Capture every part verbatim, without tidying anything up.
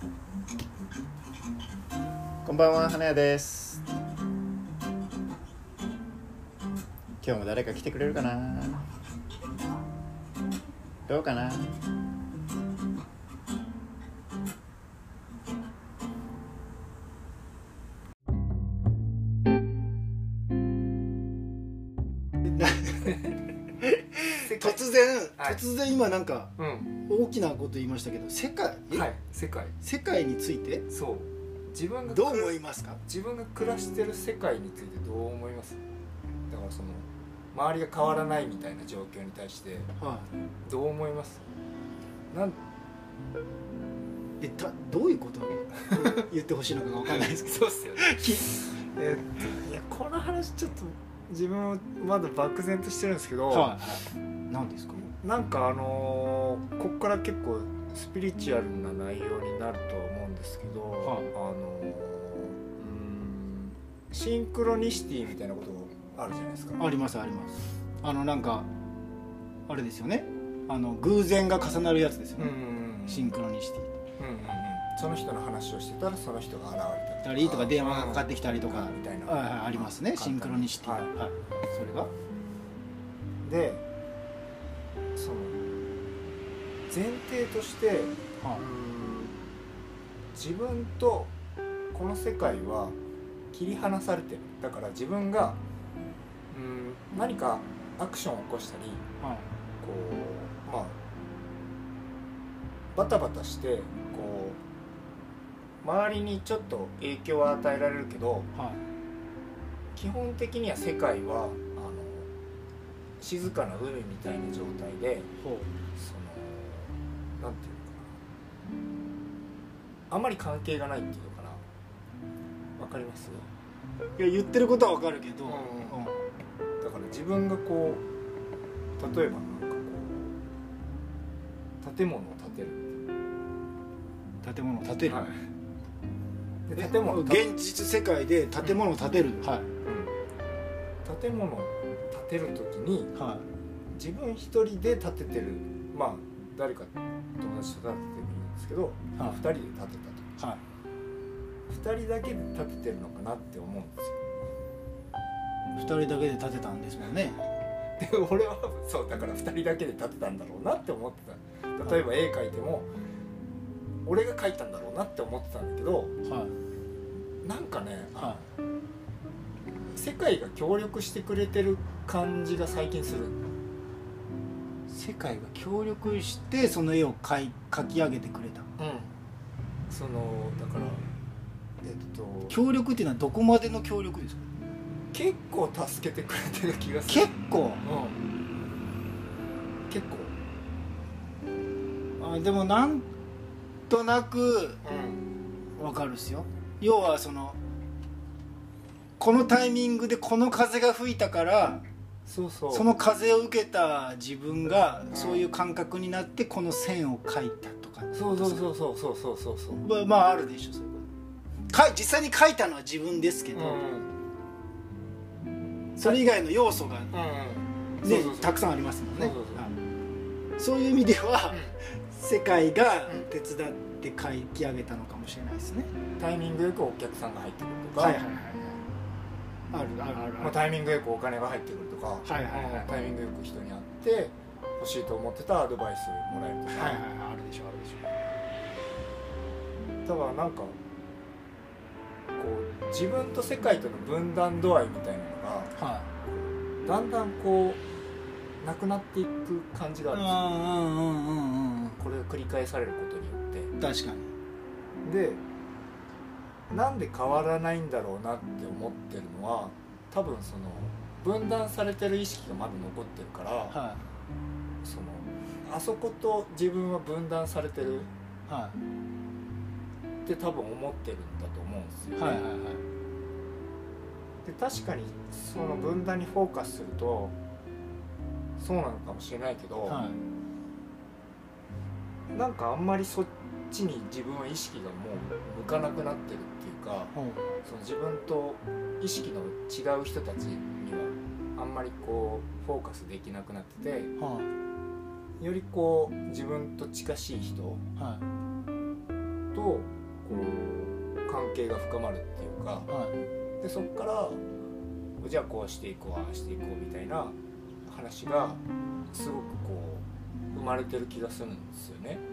こんばんは、花屋です。今日も誰か来てくれるかな。どうかな。 突然、 はい、 突然今なんかうん大きなこと言いましたけど、世界、 はい、世界世界についてそう自分がどう思いますか？ 自分が暮らしてる世界についてどう思います？だからその周りが変わらないみたいな状況に対してどう思います？なんえたどういうことを言ってほしいのかが分かんないですけどそうっすよねえっといやこの話ちょっと自分まだ漠然としてるんですけど、 はい、何ですか？ なんかあのー、こっから結構スピリチュアルな内容になると思うんですけど、はい、あのー、うーんシンクロニシティみたいなことあるじゃないですか。 ありますあります。あのなんかあれですよね、あの偶然が重なるやつですよね、うんうん、シンクロニシティ、うんうんうん、 その人の話をしてたらその人が現れたりとか電話がかかってきたりとか、 みたいな、 はいはい、ありますね、シンクロニシティ、はいはい、それがでその前提として、はい、うん自分とこの世界は切り離されてる。だから自分がうん何かアクションを起こしたり、はい、こうまあバタバタしてこう周りにちょっと影響を与えられるけど、はい、基本的には世界はあの静かな海みたいな状態で、そのなんていうのかな、あんまり関係がないっていうのかな。わかります？ いや言ってることはわかるけど、うんうん、 だから自分がこう例えばなんかこう建物を建てる建物を建てる、はい、 で建物現実世界で建物を建てる、うん、はい、 うん、建物を建てるときに、はい、自分一人で建ててる、まあ誰か友達と建ててるんですけど、はい、ふたりで建てたと、はい、ふたりだけで建ててるのかなって思うんですよ。 ふたりだけで建てたんですもんね。 で俺はそうだからふたりだけで建てたんだろうなって思ってた。例えば絵描いても俺が描いたんだろうなって思ってたんだけど、はい、なんかね、はい、世界が協力してくれてる感じが最近する。 世界が協力してその絵を描い描き上げてくれた、 うん、そのだからえっと協力っていうのはどこまでの協力ですか？ 結構助けてくれてる気がする。 結構、うん、 結構あでもなんとなく分かるっすよ。要はそのこのタイミングでこの風が吹いたからそうそうその風を受けた自分がそういう感覚になってこの線を描いたとか、 そうそうそうそうそうそうそうそうまあ、まああるでしょ。そういうこと実際に描いたのは自分ですけど、うん、それ以外の要素が、うんね、たくさんありますもんね。そうそうそう、そういう意味では、うん、世界が手伝って描き上げたのかもしれないですね。 タイミングよくお客さんが入ってくるとか、はいはいはい、あるあるある、まあ、タイミングよくお金が入ってくるとか、はいはいはい、タイミングよく人に会って欲しいと思ってたアドバイスもらえるとか、はいはいはい、あるでしょあるでしょ。だからなんかこう自分と世界との分断度合いみたいなのが、はい、だんだんこうなくなっていく感じがあるんですよ。うんうんうんうん、これが繰り返されることによって。 確かに。 でなんで変わらないんだろうなって思ってるのは、多分その分断されてる意識がまだ残ってるから、はい、そのあそこと自分は分断されてる、はい、って多分思ってるんだと思うんですよね。はいはいはい、で確かにその分断にフォーカスするとそうなのかもしれないけど、はい、なんかあんまりそっちに自分は意識がもう向かなくなってるっていうか、うん、その自分と意識の違う人たちにはあんまりこうフォーカスできなくなってて、はい、よりこう自分と近しい人こう関係が深まるっていうか、 はい、 でそこからじゃあこうしていこうああしていこうみたいな話がすごくこう生まれてる気がするんですよね。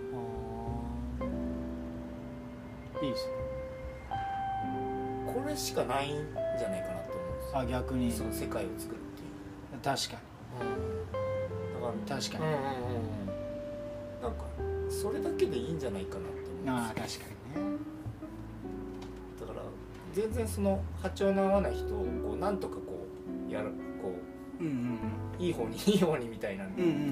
いいですね。 これしかないんじゃないかなと思うんですよ。 あ、逆にその世界を作るっていう。 確かうん、だから確かに、 うんうんうん、なんかそれだけでいいんじゃないかなって思うんですよ。 ああ確かにね。 だから全然その波長の合わない人をこうなんとかこうやるこう、うんうんうん、いい方にいい方にみたいなのって、うんうんうん、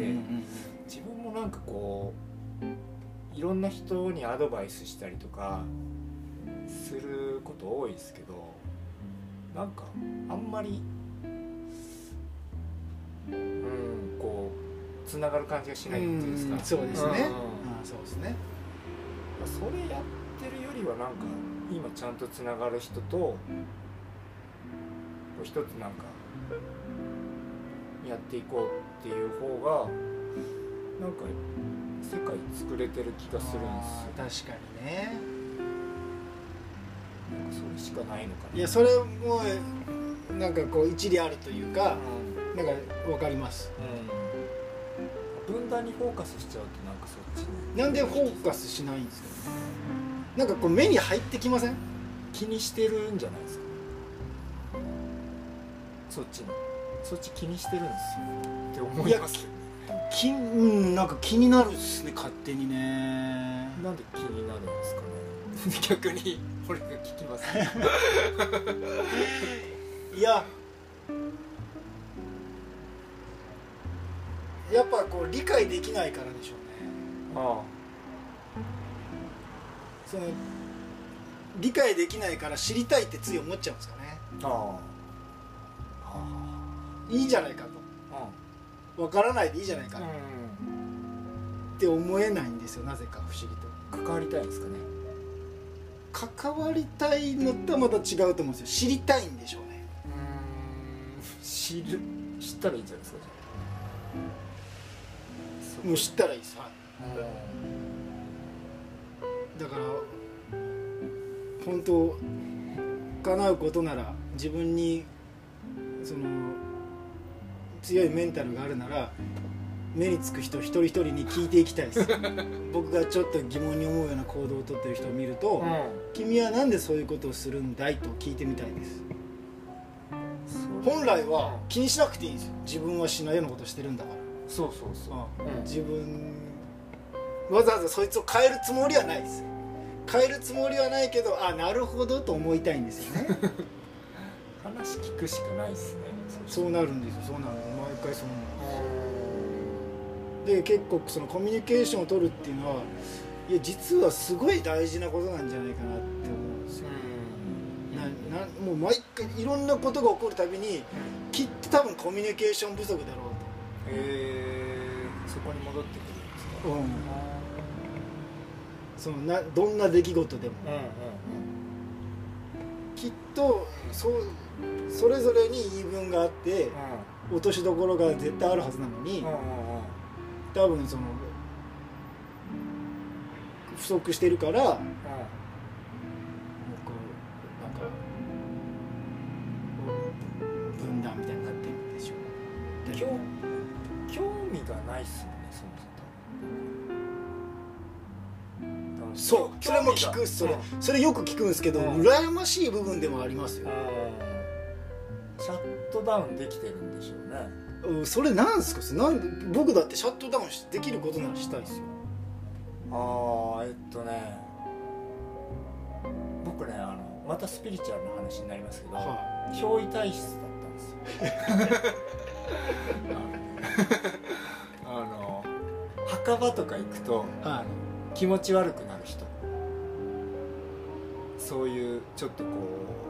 自分もなんかこういろんな人にアドバイスしたりとかすること多いですけど、なんかあんまりうんこうつながる感じがしないっていうんですか。 うん、そうですね、うん、あそうですね。それやってるよりはなんか今ちゃんとつながる人と一つなんかやっていこうっていう方がなんか世界作れてる気がするんですよ。 確かにね。 なんかそれしかないのかな。 いやそれもなんかこう一理あるというか、うん、なんか分かります、 うん、分断にフォーカスしちゃうとなんかそっちになんでフォーカスしないんですかね。なんかこう目に入ってきません？ 気にしてるんじゃないですか。そっちにそっち気にしてるんですよって思います。 きうん、なんか気になるっすね、勝手にね。 なんで気になるんですかね。逆に俺が聞きます、ね、 いややっぱこう理解できないからでしょうね。ああ、その理解できないから知りたいってつい思っちゃうんですかね。ああ、ああ、いいじゃないかと、うん、分からないでいいじゃないか、うん、って思えないんですよ、なぜか不思議と。 関わりたいんですかね。 関わりたいのとはまた違うと思うんですよ。知りたいんでしょうね。 うーん、知る知ったらいいんじゃないですか。 もう知ったらいいです、はい、だから本当叶うことなら自分にその強いメンタルがあるなら目につく人一人一人に聞いていきたいです僕がちょっと疑問に思うような行動をとってる人を見ると、うん、君はなんでそういうことをするんだいと聞いてみたいです。本来は気にしなくていいんですよ。自分はしないようなことをしてるんだから。 そうそうそう、 うん、自分わざわざそいつを変えるつもりはないです。変えるつもりはないけど、あ、なるほどと思いたいんですよね話聞くしかないですね。 そうなるんですよ。そうなるの毎回そうなるんです。で結構そのコミュニケーションを取るっていうのはいや実はすごい大事なことなんじゃないかなって思うんですよ。ななもう毎回いろんなことが起こるたびにきっと多分コミュニケーション不足だろうと。 へえ、そこに戻ってくるんですか。うん、 そのなどんな出来事でも、うんうんうん、きっと そ, それぞれに言い分があって、うん、落としどころが絶対あるはずなのに、うんうんうん、多分その不足してるから、うん、なんか分断みたいになってるんでしょう。 興興味がないっすもんね、そもそも。 そう、それも聞く、それ、うん、それよく聞くんですけど、うん、羨ましい部分でもありますよ。 シャットダウンできてるんでしょうね。 うん、それなんですか。なんで僕だってシャットダウンできることならしたいですよ。 ああ、えっとね僕ね、あのまたスピリチュアルな話になりますけど、はあ、憑依体質だったんですよあの墓場とか行くと、はあ、気持ち悪くなる人、そういうちょっとこ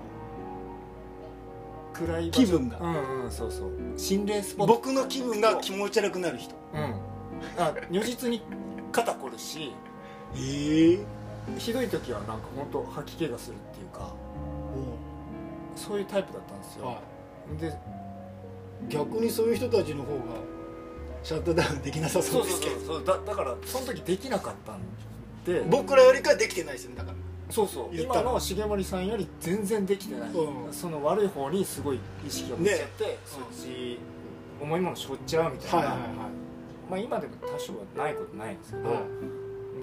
う暗い場所、 気分が、 うんうん、そうそう、心霊スポット、 僕の気分が気持ち悪くなる人、 うん、あ、如実に肩こるし、 えー、 ひどい時はなんか本当吐き気がするっていうか、うん、そういうタイプだったんですよ、はい、で逆にそういう人たちの方がシャットダウンできなさそうですけど、 そうそうそうそう、だ, だからその時できなかったん 、 僕らよりかできてないですよね。だからそうそう今の重森さんより全然できてない、うん、その悪い方にすごい意識を向けちゃって、ね、そっち重いものしょっちゃうみたいな、はいはいはい、まあ今でも多少はないことないんですけど、はい、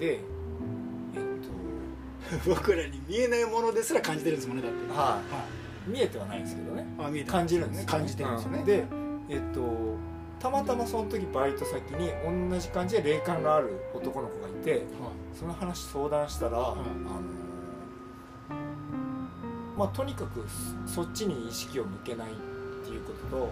でえっと僕らに見えないものですら感じてるんですもんね。だって、はい、 見えてはないんですけどね。 あ見えて感じるんですね。 感じてるんですよね、 うん、でえっとたまたまその時バイト先に同じ感じで霊感がある男の子がいて、はい、その話相談したら、はい、あのまあとにかくそっちに意識を向けないっていうことと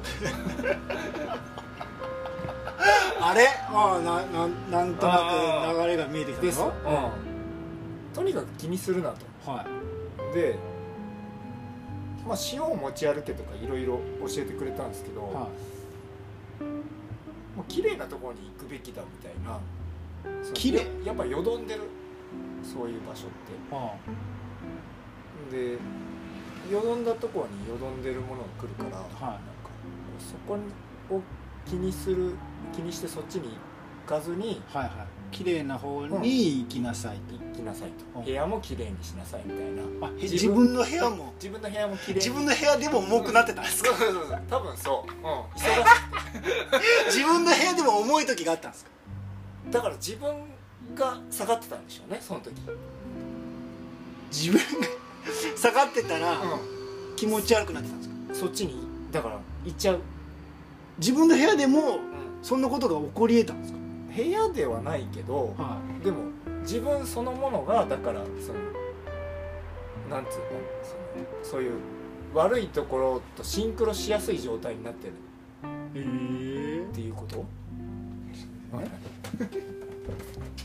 あれあなななんとなく流れが見えてきたです、うん、とにかく気にするなと、はい、で、まあ、塩を持ち歩けとかいろいろ教えてくれたんですけど、はい、もう綺麗なところに行くべきだみたいな。 綺麗やっぱよどんでるそういう場所って、はあ、でよどんだところによどんでるものが来るから、はい、なんかそこを気にする気にしてそっちに行かずに、 はいはい、綺麗な方に行きなさいと、 うん、行きなさいと、部屋も綺麗にしなさいみたいな。 あ自分の部屋も自分の部屋も綺麗に自分の部屋でも重くなってたんですか？ そうそうそう多分そう、うん、忙しくて自分の部屋でも重い時があったんですか？ だから自分が下がってたんでしょうねその時。 自分が下がってたら、うん、気持ち悪くなってたんですか？ そっちにだから行っちゃう。 自分の部屋でも、うん、そんなことが起こり得たんですか？ 部屋ではないけど、はい、でも自分そのものがだからそのなんつうの、そのそういう悪いところとシンクロしやすい状態になってるっていうこと？